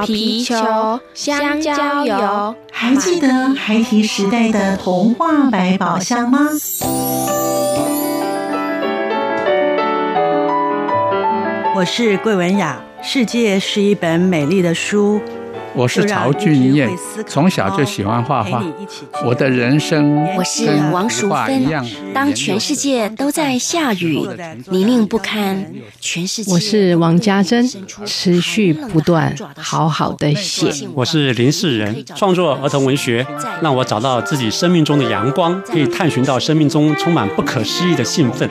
皮球、香蕉油。 还记得孩提时代的童话百宝箱吗？ 我是桂文雅，世界是一本美丽的书。 我是曹俊彦，从小就喜欢画画。我的人生我是王淑芬，当全世界都在下雨，泥泞不堪，全世界。 我是王家珍，持续不断，好好的写。 我是林世仁，创作儿童文学，让我找到自己生命中的阳光，可以探寻到生命中充满不可思议的兴奋。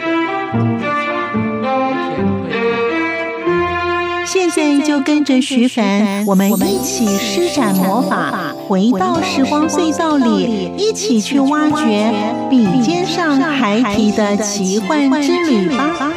现在就跟着徐凡，我们一起施展魔法，回到时光隧道里，一起去挖掘笔尖上孩提的奇幻之旅吧。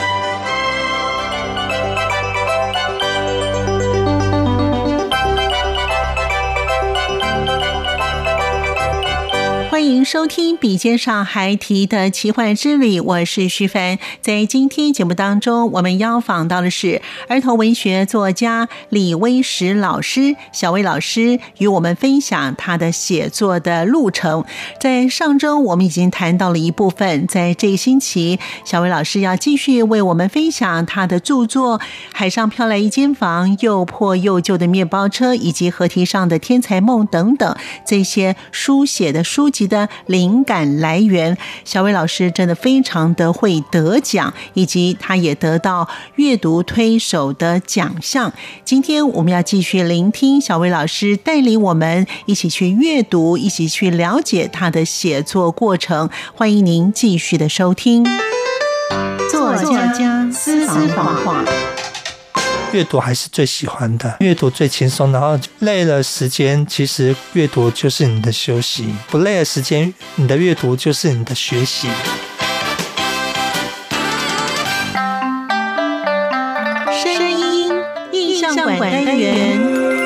欢迎收听笔尖上孩提的奇幻之旅，我是徐凡。在今天节目当中，我们邀访到的是儿童文学作家李威石老师。小威老师与我们分享他的写作的路程。在上周我们已经谈到了一部分，在这个星期小威老师要继续为我们分享他的著作《海上飘来一间房》、又破又旧的面包车，以及河堤上的天才梦等等这些书写的书籍的灵感来源。小威老师真的非常的会得奖，以及他也得到阅读推手的奖项。今天我们要继续聆听小威老师带领我们一起去阅读，一起去了解他的写作过程。欢迎您继续的收听作家私房话。 阅读还是最喜欢的，阅读最轻松，然后累了时间，其实阅读就是你的休息；不累的时间，你的阅读就是你的学习。 声音印象馆单元，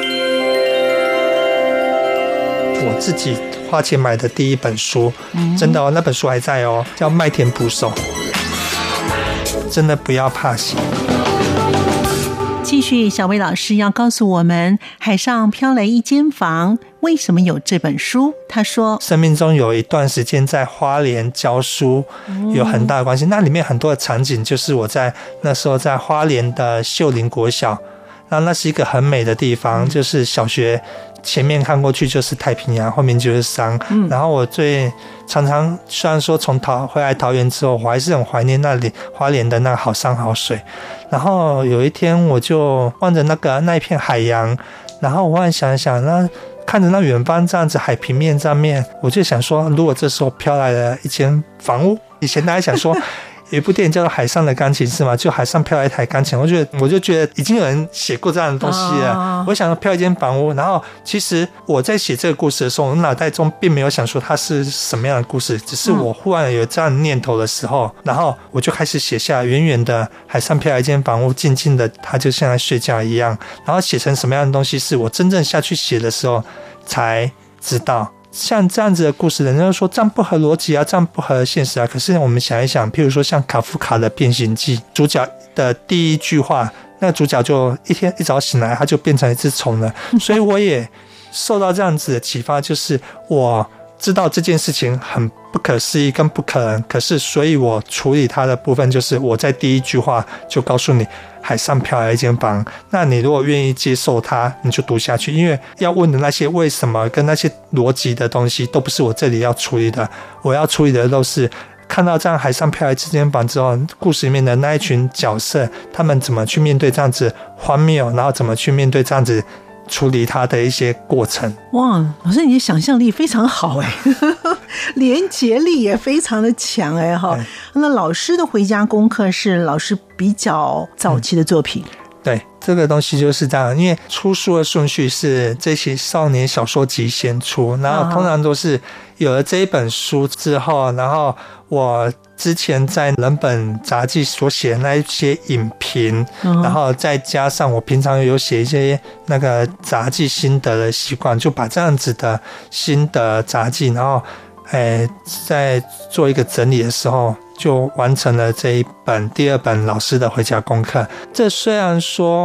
我自己花钱买的第一本书，真的哦，那本书还在哦，叫《麦田捕手》，真的不要怕写。 继续，小威老师要告诉我们，海上飘来一间房为什么有这本书。他说， 生命中有一段时间在花莲教书，有很大的关系。那里面很多的场景就是我在那时候在花莲的秀林国小，那是一个很美的地方，就是小学前面看过去就是太平洋，后面就是山。然后我常常虽然说回来桃园之后，我还是很怀念那里花莲的那个好山好水。然后有一天我就望着那一片海洋，然后我忽然想一想，那看着那远方这样子海平面上面，我就想说，如果这时候飘来了一间房屋，以前大家想说有一部电影叫做《海上的钢琴师》嘛，就海上飘来一台钢琴，我就觉得已经有人写过这样的东西了。我想飘一间房屋，然后其实我在写这个故事的时候，我脑袋中并没有想说它是什么样的故事，只是我忽然有这样的念头的时候，然后我就开始写下远远的海上飘来一间房屋，静静的，它就像在睡觉一样，然后写成什么样的东西，是我真正下去写的时候才知道。像这样子的故事，人家说这样不合逻辑啊，这样不合现实啊。可是我们想一想，譬如说像卡夫卡的《变形记》，主角的第一句话，那个主角就一早醒来，他就变成一只虫了。所以我也受到这样子的启发，就是我知道这件事情很不可思议跟不可能，可是所以我处理它的部分就是我在第一句话就告诉你海上飘来一间房，那你如果愿意接受它，你就读下去，因为要问的那些为什么跟那些逻辑的东西都不是我这里要处理的，我要处理的都是看到这样海上飘来这间房之后，故事里面的那一群角色，他们怎么去面对这样子荒谬，然后怎么去面对这样子处理它的一些过程。 哇，老师你的想象力非常好哎，连结力也非常的强哎哈。那老师的回家功课是老师比较早期的作品。 对，这个东西就是这样，因为出书的顺序是这些少年小说集先出，然后通常都是有了这一本书之后，然后我之前在人本杂技所写的那一些影评，然后再加上我平常有写一些那个杂技心得的习惯，就把这样子的心得杂技，然后在做一个整理的时候，就完成了这一本第二本老师的回家功课。这虽然说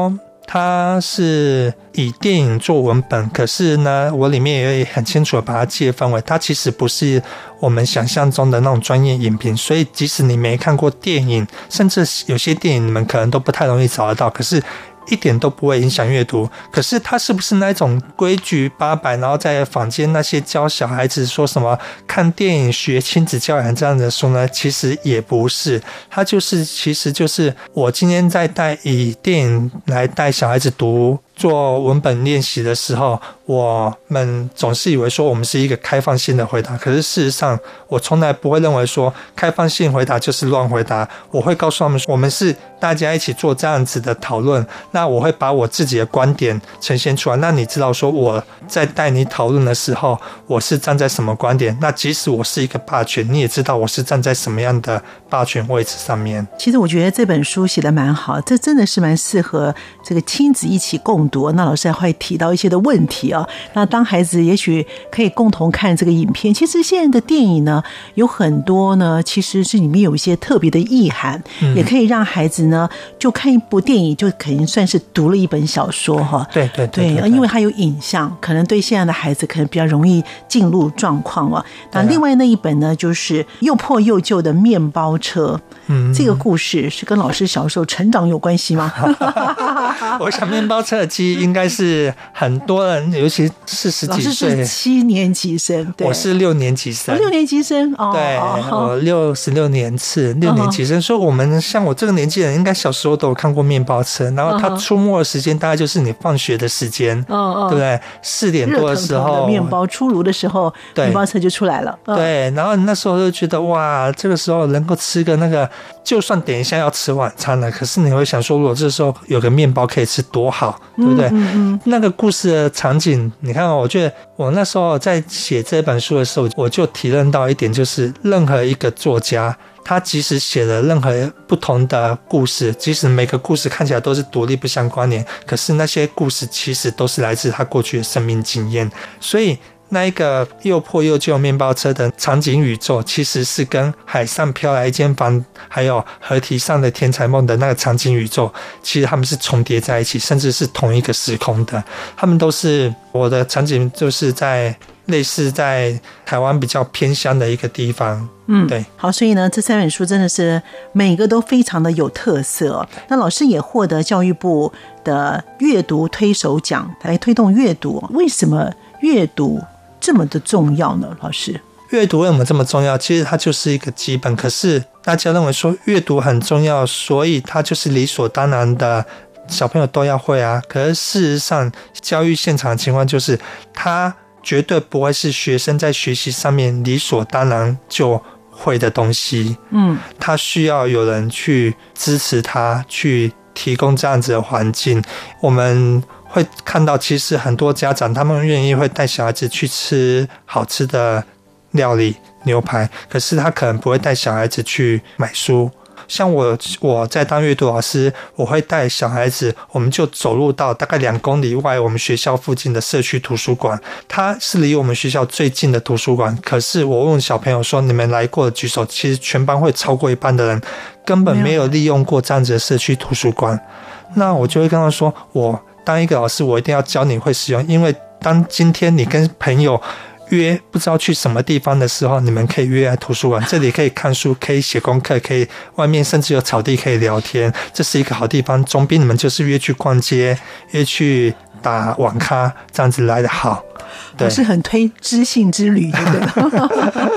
它是以电影做文本，可是呢，我里面也很清楚的把它界分为，它其实不是我们想象中的那种专业影评，所以即使你没看过电影，甚至有些电影你们可能都不太容易找得到，可是一点都不会影响阅读。可是它是不是那种规矩800，然后在坊间那些教小孩子说什么看电影学亲子教养这样的书呢？其实也不是，它其实就是我今天在以电影来带小孩子读做文本练习的时候，我们总是以为说我们是一个开放性的回答，可是事实上我从来不会认为说开放性回答就是乱回答。我会告诉他们说，我们是大家一起做这样子的讨论，那我会把我自己的观点呈现出来，那你知道说我在带你讨论的时候我是站在什么观点，那即使我是一个霸权，你也知道我是站在什么样的霸权位置上面。 其实我觉得这本书写得蛮好，这真的是蛮适合这个亲子一起共读。那老师还会提到一些的问题啊，那当孩子也许可以共同看这个影片。其实现在的电影呢有很多呢，其实是里面有一些特别的意涵，也可以让孩子呢就看一部电影就可能算是读了一本小说哈。 对， 因为它有影像，可能对现在的孩子可能比较容易进入状况啊。那另外那一本呢，就是又破又旧的面包车。这个故事是跟老师小时候成长有关系吗？ 我想面包车的记忆应该是很多人，尤其40几岁。 老师是7年级生，对， 我是6年级生。 6年级生， 对，我66年次6年级生，所以我们像我这个年纪的人，应该小时候都有看过面包车。然后它出没的时间大概就是你放学的时间，对不对？4点多的时候，热腾腾的面包出炉的时候，面包车就出来了。 对，然后那时候就觉得哇，这个时候能够吃个那个，就算等一下要吃晚餐了，可是你会想说，如果这时候有个面包可以吃多好，对不对？那个故事的场景，你看我觉得我那时候在写这本书的时候，我就体认到一点，就是任何一个作家，他即使写了任何不同的故事，即使每个故事看起来都是独立不相关联，可是那些故事其实都是来自他过去的生命经验。所以那一个又破又旧面包车的场景宇宙，其实是跟海上飘来一间房还有河堤上的天才梦的那个场景宇宙，其实他们是重叠在一起，甚至是同一个时空的。他们都是我的场景，就是在类似在台湾比较偏乡的一个地方。对， 好，所以呢，这3本书真的是每个都非常的有特色哦。那老师也获得教育部的阅读推手奖来推动阅读。为什么阅读这么的重要呢？老师， 阅读为什么这么重要？其实它就是一个基本，可是大家认为说阅读很重要，所以它就是理所当然的，小朋友都要会啊。可是事实上，教育现场的情况就是它绝对不会是学生在学习上面理所当然就会的东西。他需要有人去支持他，去提供这样子的环境。我们会看到其实很多家长他们愿意会带小孩子去吃好吃的料理牛排，可是他可能不会带小孩子去买书。像我在当阅读老师，我会带小孩子，我们就走路到大概2公里外我们学校附近的社区图书馆，它是离我们学校最近的图书馆。可是我问小朋友说，你们来过的举手，其实全班会超过一半的人根本没有利用过这样子的社区图书馆。那我就会跟他说，我当一个老师，我一定要教你会使用，因为当今天你跟朋友约不知道去什么地方的时候，你们可以约在图书馆，这里可以看书，可以写功课，可以外面甚至有草地可以聊天，这是一个好地方，总比你们就是约去逛街，约去打网咖这样子来的好。 我是很推知性之旅，对不对？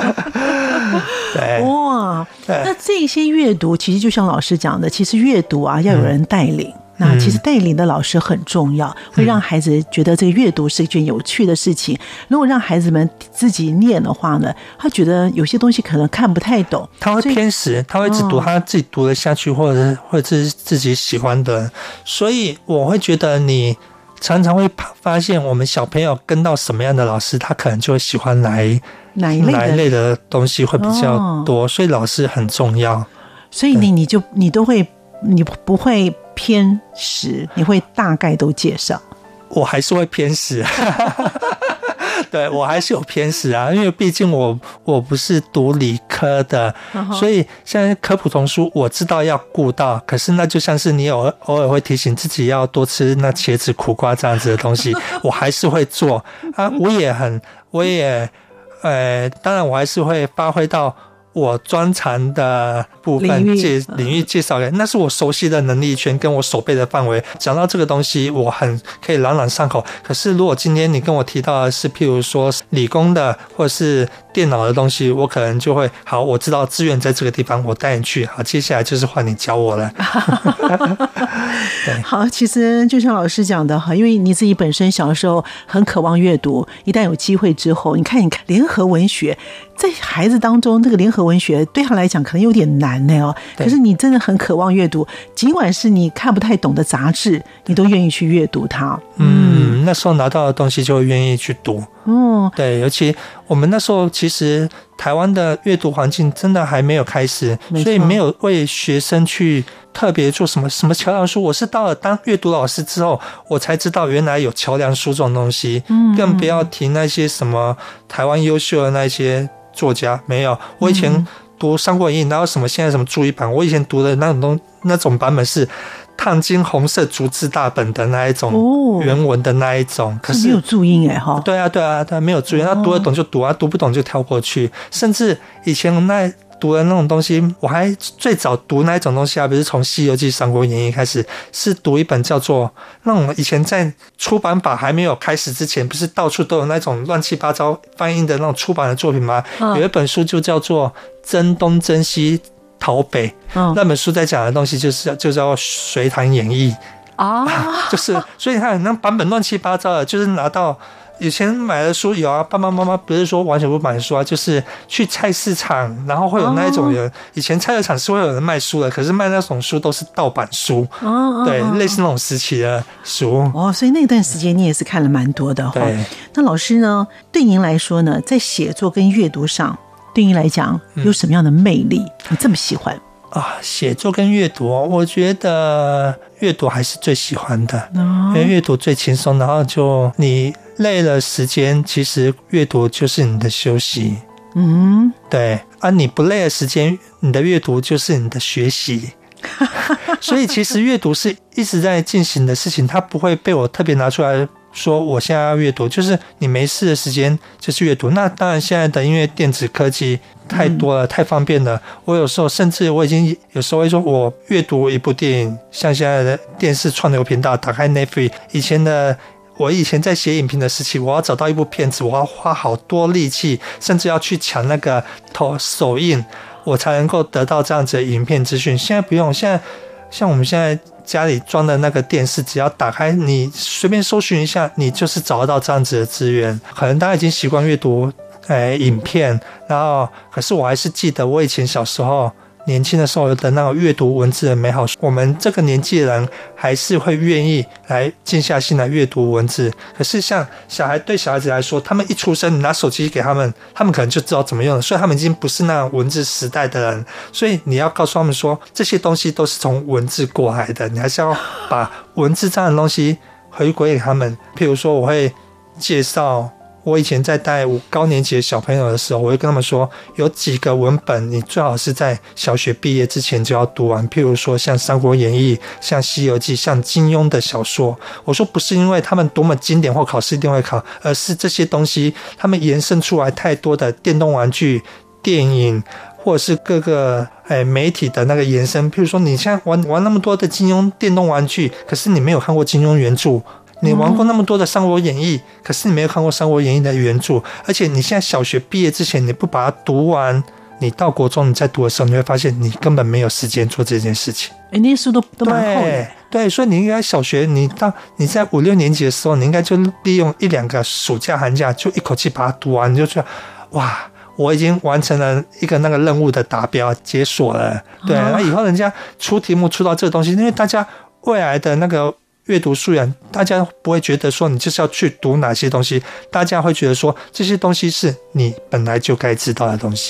对， 哇，那这些阅读其实就像老师讲的，其实阅读啊要有人带领。那其实带领的老师很重要，会让孩子觉得这个阅读是一件有趣的事情。如果让孩子们自己念的话呢，他觉得有些东西可能看不太懂， 他会偏食，他会只读他自己读得下去，或者是自己喜欢的。所以我会觉得你常常会发现，我们小朋友跟到什么样的老师，他可能就会喜欢哪一类的东西会比较多。所以老师很重要。 所以你都会，你不会偏食，你会大概都介绍。 我还是会偏食对，我还是有偏食啊，因为毕竟我不是读理科的，所以现在科普童书我知道要顾到，可是那就像是你偶尔会提醒自己要多吃那茄子、苦瓜这样子的东西，我还是会做啊。我也当然我还是会发挥到我专长的部分领域介绍给，那是我熟悉的能力圈跟我手背的范围。讲到这个东西，我很可以朗朗上口。可是如果今天你跟我提到的是，譬如说理工的或者是电脑的东西，我可能就会好，我知道资源在这个地方，我带你去。好，接下来就是换你教我了。 对，好，其实就像老师讲的哈，因为你自己本身小的时候很渴望阅读，一旦有机会之后，你看联合文学。在孩子当中，这个联合文学对他来讲可能有点难呢可是你真的很渴望阅读，尽管是你看不太懂的杂志，你都愿意去阅读它。 那时候拿到的东西就会愿意去读。对，尤其我们那时候其实台湾的阅读环境真的还没有开始，所以没有为学生去特别做什么桥梁书。我是到了当阅读老师之后，我才知道原来有桥梁书这种东西。更不要提那些什么台湾优秀的那些作家，没有。我以前读《三国演义》，哪有什么现在什么注意版？我以前读的那种版本是烫金红色逐字大本的那一种原文的那一种，可是没有注音哈。 对啊，没有注音，他读得懂就读啊，读不懂就跳过去。甚至以前读的那种东西，我还最早读那一种东西不是从《西游记》《三国演义》开始，是读一本叫做那种以前在出版法还没有开始之前，不是到处都有那种乱七八糟翻译的那种出版的作品吗？有一本书就叫做《征东征西讨北》，那本书在讲的东西就叫《隋唐演义》就是所以它那版本乱七八糟的，就是拿到。以前买的书有啊，爸爸妈妈不是说完全不买书啊，就是去菜市场，然后会有那一种人，以前菜市场是会有人卖书的，可是卖那种书都是盗版书，对，类似那种时期的书。 所以那段时间你也是看了蛮多的哈。那老师呢，对您来说呢，在写作跟阅读上，对您来讲有什么样的魅力？你这么喜欢？ 写作跟阅读，我觉得阅读还是最喜欢的，因为阅读最轻松，然后就你累了时间，其实阅读就是你的休息。对啊，你不累的时间，你的阅读就是你的学习。所以其实阅读是一直在进行的事情，它不会被我特别拿出来说我现在要阅读，就是你没事的时间就是阅读。那当然现在的因为电子科技太多了，太方便了，我有时候甚至我已经有时候会说我阅读一部电影，像现在的电视串流频道打开 Netflix， 我以前在写影评的时期，我要找到一部片子，我要花好多力气，甚至要去抢那个首映，我才能够得到这样子的影片资讯。现在不用，现在像我们现在家里装的那个电视，只要打开你随便搜寻一下，你就是找得到这样子的资源。可能大家已经习惯阅读影片，然后可是我还是记得我以前小时候年轻的时候的那种阅读文字的美好。我们这个年纪的人还是会愿意来静下心来阅读文字。可是像对小孩子来说，他们一出生，你拿手机给他们，他们可能就知道怎么用了，所以他们已经不是那种文字时代的人。所以你要告诉他们说，这些东西都是从文字过来的，你还是要把文字这样的东西回归给他们。譬如说，我会介绍。我以前在带高年级的小朋友的时候，我会跟他们说，有几个文本你最好是在小学毕业之前就要读完，譬如说像《三国演义》、像《西游记》、像金庸的小说。我说不是因为他们多么经典或考试一定会考，而是这些东西他们延伸出来太多的电动玩具、电影，或者是各个媒体的那个延伸。譬如说你现在玩那么多的金庸电动玩具，可是你没有看过金庸原著。你玩过那么多的《三国演义》，可是你没有看过《三国演义》的原著，而且你现在小学毕业之前你不把它读完，你到国中你在读的时候，你会发现你根本没有时间做这件事情。 那些书都蛮厚的。 对，所以你应该小学你在5、6年级的时候，你应该就利用1-2个暑假寒假，就一口气把它读完，你就觉得哇，我已经完成了一个那个任务的达标解锁了。对，那以后人家出题目出到这个东西，因为大家未来的那个阅读素养，大家不会觉得说你就是要去读哪些东西，大家会觉得说这些东西是你本来就该知道的东西。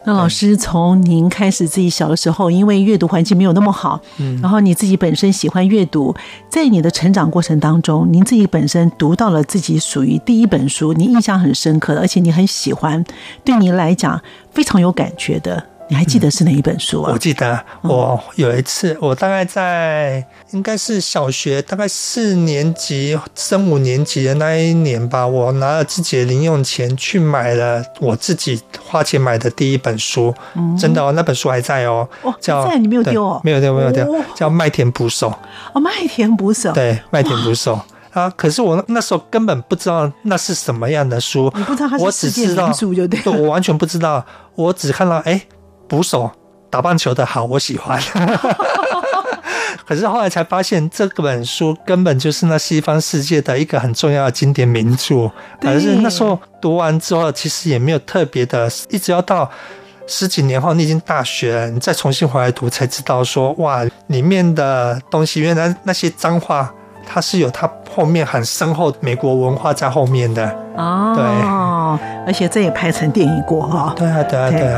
那老师从您开始自己小的时候，因为阅读环境没有那么好，然后你自己本身喜欢阅读，在你的成长过程当中，您自己本身读到了自己属于第一本书，你印象很深刻的，而且你很喜欢，对你来讲非常有感觉的，你还记得是哪一本书啊？ 我记得我有一次，我大概在应该是小学大概4年级升5年级的那一年吧，我拿了自己的零用钱去买了我自己花钱买的第一本书，真的那本书还在叫还在，你没有丢哦？ 没有丢，叫《麦田捕手》 麦田捕手， 对，《麦田捕手》啊，可是我那时候根本不知道那是什么样的书， 你不知道它是世界名著就对， 我完全不知道，我只看到捕手打棒球的好，我喜欢。可是后来才发现，这本书根本就是那西方世界的一个很重要的经典名著。可是那时候读完之后，其实也没有特别的，一直要到10几年后，你已经大学了，你再重新回来读，才知道说，哇，里面的东西原来那些脏话，它是有它后面很深厚的美国文化在后面的。对， 而且这也拍成电影过哈。 对啊。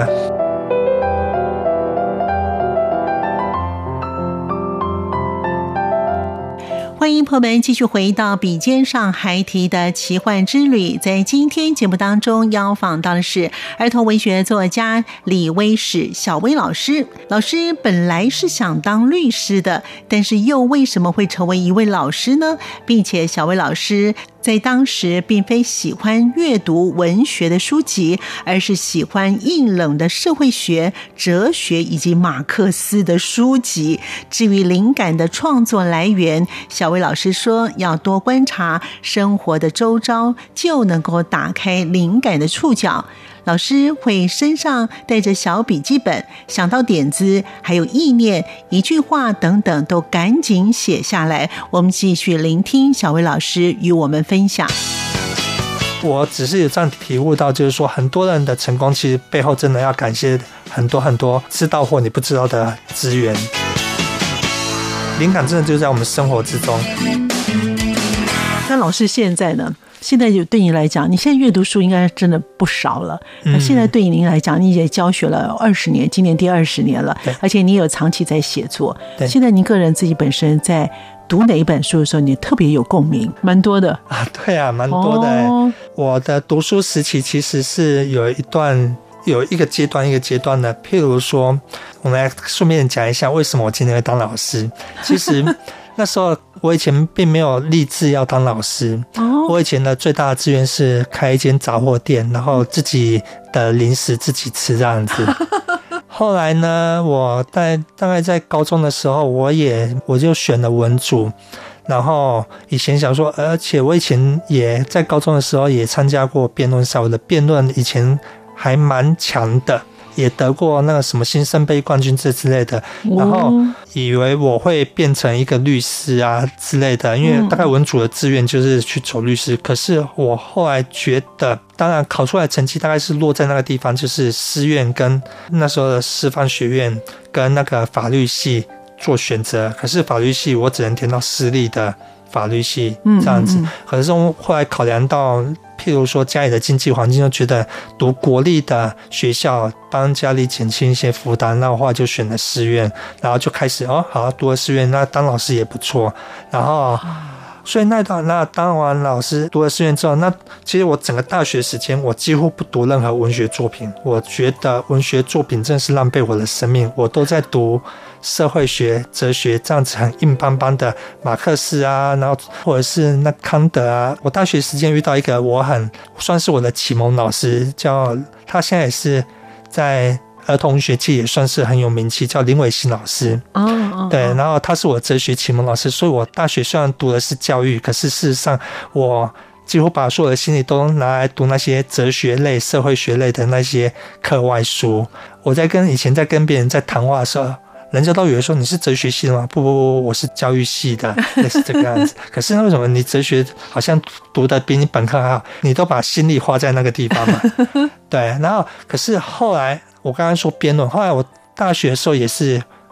欢迎朋友们继续回到笔尖上还提的奇幻之旅。在今天节目当中邀访到的是儿童文学作家李威史小威老师。老师本来是想当律师的，但是又为什么会成为一位老师呢？并且小威老师在当时并非喜欢阅读文学的书籍，而是喜欢硬冷的社会学、哲学以及马克思的书籍。至于灵感的创作来源，小威老师说要多观察生活的周遭，就能够打开灵感的触角。老师会身上带着小笔记本，想到点子还有意念，一句话等等都赶紧写下来。我们继续聆听小威老师与我们分享。 我只是有这样体悟到，就是说很多人的成功其实背后真的要感谢很多知道或你不知道的资源。灵感真的就在我们生活之中。 那老师现在呢？现在就对你来讲，你现在阅读书应该真的不少了。现在对您来讲，你也教学了20年，今年第20年了，而且你有长期在写作。现在您个人自己本身在读哪一本书的时候，你特别有共鸣？蛮多的啊，对啊，蛮多的。我的读书时期其实是有一个阶段的。譬如说，我们来顺便讲一下为什么我今天会当老师。其实那时候我以前并没有立志要当老师，我以前的最大的志愿是开一间杂货店，然后自己的零食自己吃这样子。后来呢，我大概在高中的时候，我就选了文组，然后以前想说，而且我以前也在高中的时候也参加过辩论赛，我的辩论以前还蛮强的，也得过那个什么新生杯冠军这之类的，然后以为我会变成一个律师啊之类的，因为大概文组的志愿就是去走律师。可是我后来觉得，当然考出来的成绩大概是落在那个地方，就是师院跟那时候的师范学院跟那个法律系做选择。可是法律系我只能填到私立的法律系这样子。可是我后来考量到，譬如说家里的经济环境，就觉得读国立的学校帮家里减轻一些负担，那我后来就选了师院，然后就开始好读了师院，那当老师也不错。然后所以那当完老师读了师院之后，那其实我整个大学时间我几乎不读任何文学作品，我觉得文学作品真是浪费我的生命，我都在读社会学、哲学这样子很硬邦邦的马克思啊，然后或者是那康德啊。我大学时间遇到一个算是我的启蒙老师，他现在也是在儿童文学界也算是很有名气，叫林伟信老师。对，然后他是我哲学启蒙老师，所以我大学虽然读的是教育，可是事实上我几乎把所有的心力都拿来读那些哲学类、社会学类的那些课外书。我以前在跟别人在谈话的时候，人家都以为说你是哲学系的吗？不，我是教育系的，类似这个样子。可是为什么你哲学好像读的比你本科还好？你都把心力花在那个地方嘛？对，然后可是后来我刚刚说辩论，后来我大学的时候也是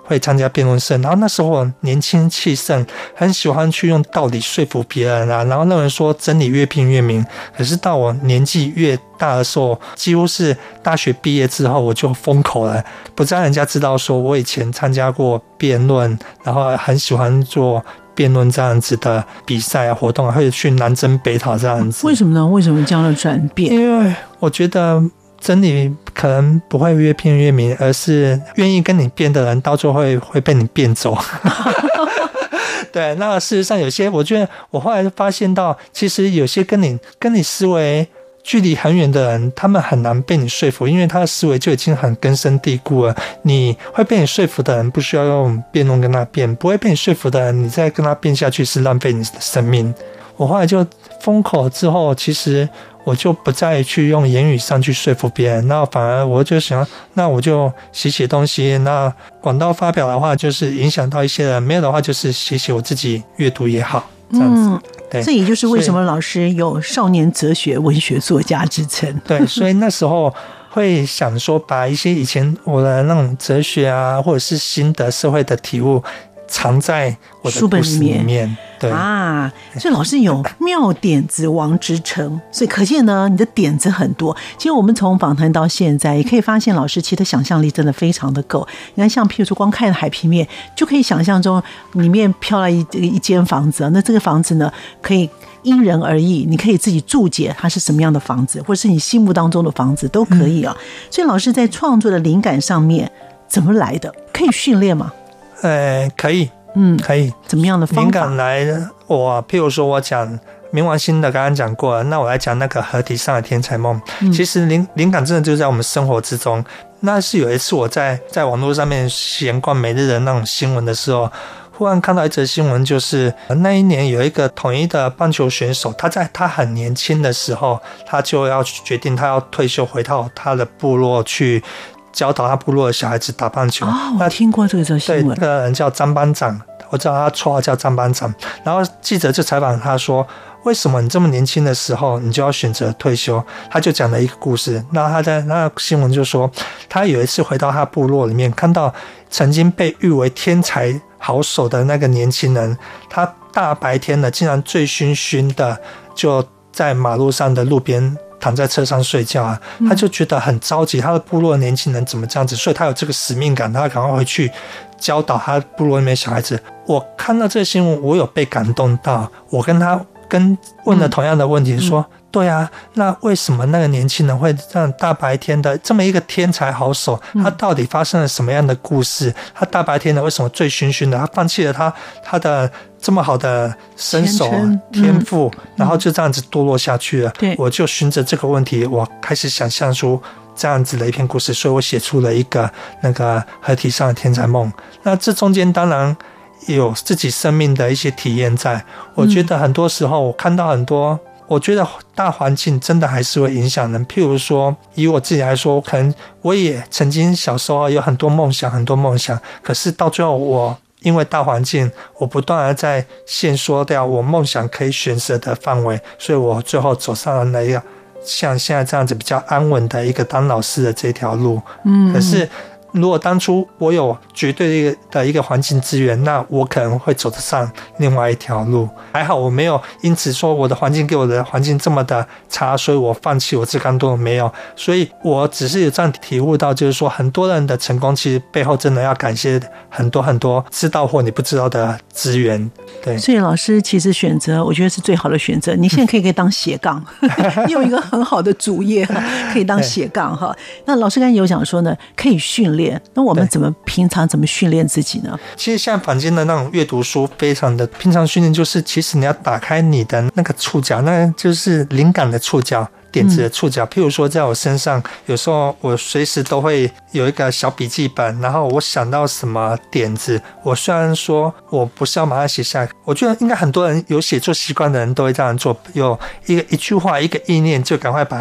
会参加辩论社，然后那时候我年轻气盛，很喜欢去用道理说服别人啊，然后认为说真理越辩越明。可是到我年纪越大的时候，几乎是大学毕业之后我就封口了，不让人家知道说我以前参加过辩论，然后很喜欢做辩论这样子的比赛啊活动，会去南征北讨这样子。 为什么呢？为什么这样的转变？ 因为我觉得真理可能不会越辩越明，而是愿意跟你辩的人到最后会被你辩走。对，那事实上有些，我觉得我后来就发现到，其实有些跟你思维距离很远的人，他们很难被你说服，因为他的思维就已经很根深蒂固了。你会被你说服的人，不需要用辩论跟他辩；不会被你说服的人，你再跟他辩下去是浪费你的生命。我后来就封口之后，其实我就不再去用言语上去说服别人，那反而我就想，那我就写东西，那广道发表的话就是影响到一些人，没有的话就是写我自己阅读也好，这样子。对， 这也就是为什么老师有少年哲学文学作家之称。 对，所以那时候会想说，把一些以前我的那种哲学啊，或者是新的社会的体悟藏在我的故事里面。对啊，所以老师有妙点子王之称，所以可见呢，你的点子很多。其实我们从访谈到现在，也可以发现老师其实想象力真的非常的够。你看，像譬如说，光看海平面就可以想象中里面飘来一间房子，那这个房子呢，可以因人而异，你可以自己注解它是什么样的房子，或者是你心目当中的房子都可以啊。所以老师在创作的灵感上面怎么来的？可以训练吗？ 可以。可以。 怎么样的方法？ 灵感来，譬如说我讲冥王星的刚刚讲过了，那我来讲那个河堤上的天才梦。其实灵感真的就在我们生活之中。那是有一次我在网络上面闲逛每日的那种新闻的时候，忽然看到一则新闻，就是那一年有一个统一的棒球选手，他在他很年轻的时候，他就要决定他要退休，回到他的部落去教导他部落的小孩子打棒球。 我听过这个新闻。 对，那个人叫张班长，我知道他绰号叫张班长。然后记者就采访他说，为什么你这么年轻的时候你就要选择退休？他就讲了一个故事。那他在那新闻就说，他有一次回到他部落里面，看到曾经被誉为天才好手的那个年轻人，他大白天的竟然醉醺醺的就在马路上的路边躺在车上睡觉啊，他就觉得很着急，他的部落的年轻人怎么这样子，所以他有这个使命感，他赶快回去教导他部落里面的小孩子。我看到这个新闻，我有被感动到，我跟问了同样的问题说，对啊，那为什么那个年轻人会这样大白天的这么一个天才好手，他到底发生了什么样的故事？他大白天的为什么醉醺醺的？他放弃了他的这么好的身手天赋，然后就这样子堕落下去了。我就循着这个问题，我开始想象出这样子的一篇故事，所以我写出了一个那个河堤上的天才梦。那这中间当然有自己生命的一些体验在。我觉得很多时候我看到很多，我觉得大环境真的还是会影响人。譬如说以我自己来说，可能我也曾经小时候有很多梦想，可是到最后我因为大环境，我不断的在限缩掉我梦想可以选择的范围，所以我最后走上了一个像现在这样子比较安稳的一个当老师的这条路。可是如果当初我有绝对的一个环境资源，那我可能会走得上另外一条路。还好我没有因此说我的环境给我的环境这么的差，所以我放弃我自甘堕落，没有。所以我只是有这样体悟到，就是说很多人的成功其实背后真的要感谢很多很多知道或你不知道的资源。对， 所以老师其实选择我觉得是最好的选择。你现在可以当斜杠你有一个很好的主业可以当斜杠哈。那老师刚才有讲说呢，可以训练，那我们平常怎么训练自己呢？ 其实像坊间的那种阅读书非常的平常训练，就是其实你要打开你的那个触角，那就是灵感的触角，点子的触角。譬如说在我身上，有时候我随时都会有一个小笔记本，然后我想到什么点子，我虽然说我不是要马上写下来，我觉得应该很多人有写作习惯的人都会这样做，有一句话一个意念就赶快把它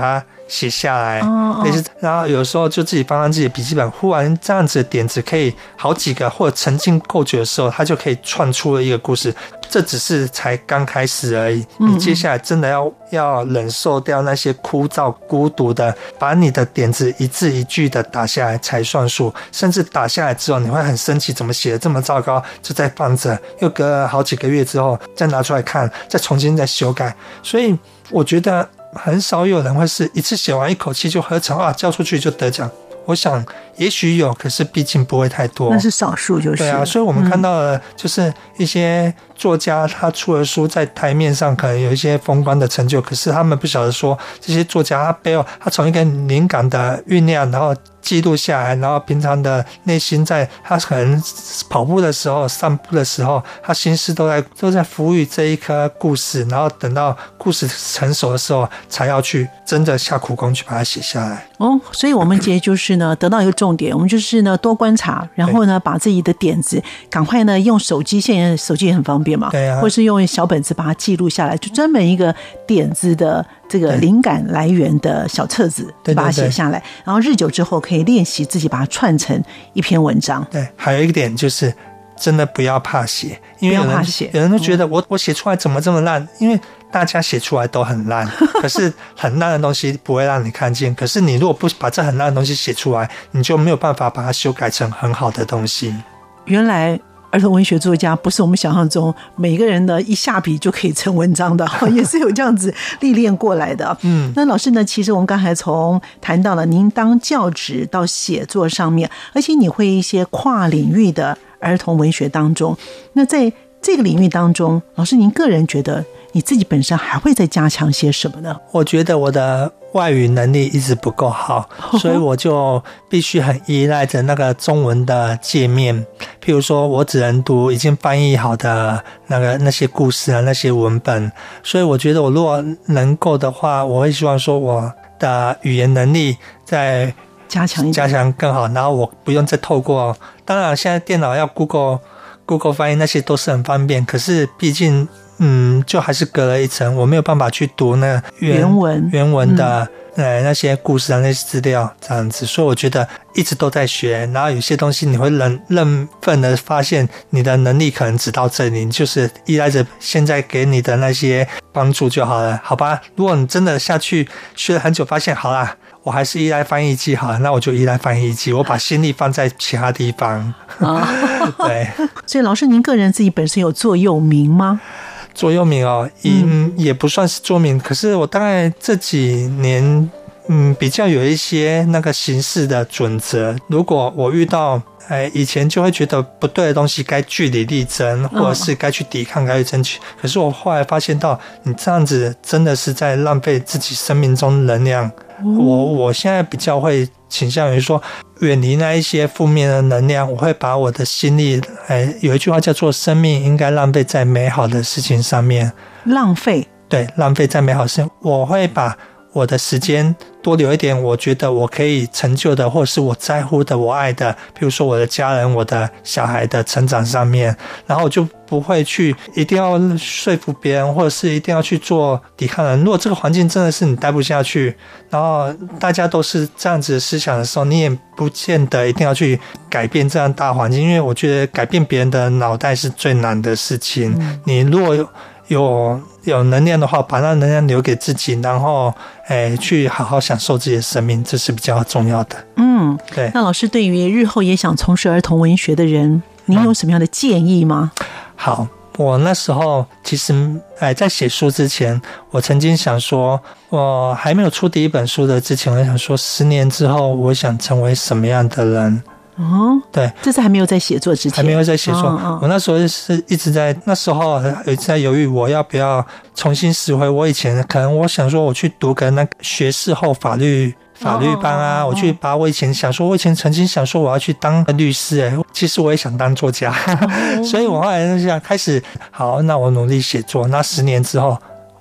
写下来，然后有时候就自己放上自己的笔记本，忽然这样子的点子可以好几个，或者沉浸够久的时候，它就可以串出了一个故事。这只是才刚开始而已，你接下来真的要忍受掉那些枯燥孤独的，把你的点子一字一句的打下来才算数。甚至打下来之后，你会很生气，怎么写的这么糟糕，就再放着，又隔了好几个月之后再拿出来看，再重新再修改。所以我觉得很少有人会是一次写完一口气就合成交出去就得奖。我想也许有，可是毕竟不会太多， 那是少数就是。 对啊，所以我们看到的就是一些作家他出了书，在台面上可能有一些风光的成就，可是他们不晓得说这些作家他背后他从一个灵感的酝酿，然后记录下来，然后平常的内心在他可能跑步的时候散步的时候，他心思都在抚育这一颗故事，然后等到故事成熟的时候才要去真的下苦功去把它写下来。 所以我们今天就是呢得到一个重点，我们就是呢多观察，然后呢把自己的点子赶快呢用手机，现在手机也很方便嘛，对啊，或是用小本子把它记录下来，就专门一个点子的这个灵感来源的小册子，把它写下来，然后日久之后可以练习自己把它串成一篇文章。 对，还有一个点就是真的不要怕写，因为有人都觉得我写出来怎么这么烂，因为大家写出来都很烂，可是很烂的东西不会让你看见。可是你如果不把这很烂的东西写出来，你就没有办法把它修改成很好的东西。 原来儿童文学作家不是我们想象中每个人呢一下笔就可以成文章的，也是有这样子历练过来的。那老师呢，其实我们刚才从谈到了您当教职到写作上面，而且你会一些跨领域的儿童文学当中，那在这个领域当中，老师您个人觉得你自己本身还会再加强些什么呢？ 我觉得我的外语能力一直不够好，所以我就必须很依赖着那个中文的界面。譬如说我只能读已经翻译好的那些故事啊，那些文本。所以我觉得我如果能够的话，我会希望说我的语言能力再加强更好，然后我不用再透过，当然现在电脑要 Google 翻译那些都是很方便，可是毕竟就还是隔了一层，我没有办法去读那原文的那些故事啊，那些资料这样子。所以我觉得一直都在学，然后有些东西你会认份的发现你的能力可能只到这里，你就是依赖着现在给你的那些帮助就好了，好吧？如果你真的下去学了很久，发现好啦，我还是依赖翻译机好了，那我就依赖翻译机，我把心力放在其他地方。对， 所以老师您个人自己本身有座右铭吗？ 座右铭也不算是座右铭，可是我大概这几年比较有一些那个行事的准则。如果我遇到以前就会觉得不对的东西该据理力争，或者是该去抵抗该去争取，可是我后来发现到你这样子真的是在浪费自己生命中能量。我现在比较会倾向于说远离那一些负面的能量，我会把我的心力有一句话叫做生命应该浪费在美好的事情上面。浪费在美好的事情，我会把我的时间多留一点我觉得我可以成就的，或者是我在乎的我爱的，比如说我的家人我的小孩的成长上面，然后我就不会去一定要说服别人，或者是一定要去做抵抗人。如果这个环境真的是你待不下去，然后大家都是这样子的思想的时候，你也不见得一定要去改变这样大环境，因为我觉得改变别人的脑袋是最难的事情。你如果有能量的话，把那能量留给自己，然后去好好享受自己的生命，这是比较重要的。对。 那老师对于日后也想从事儿童文学的人，您有什么样的建议吗？ 好，我那时候其实在写书之前，我曾经想说，我还没有出第一本书的之前，我想说10年之后我想成为什么样的人。对， 这是还没有在写作之前， 还没有在写作。我那时候是一直在，那时候一直在犹豫，我要不要重新拾回我以前可能我想说我去读个那个学士后法律班啊，我去把我以前想说，我以前曾经想说我要去当律师，其实我也想当作家，所以我后来就想开始，好，那我努力写作，那10年之后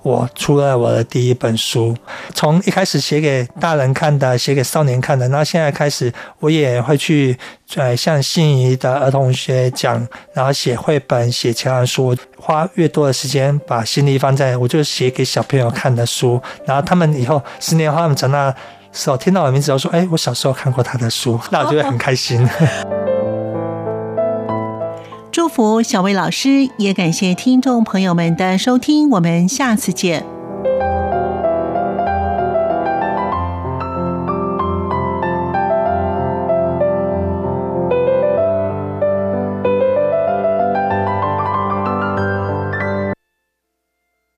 我出了我的第一本书，从一开始写给大人看的，写给少年看的，那现在开始我也会去向心仪的儿童文学讲，然后写绘本，写其他书，花越多的时间把心力放在我就写给小朋友看的书，然后他们以后10年后他们长大的时候听到我的名字都说我小时候看过他的书，那我就会很开心。 祝福小薇老师，也感谢听众朋友们的收听，我们下次见。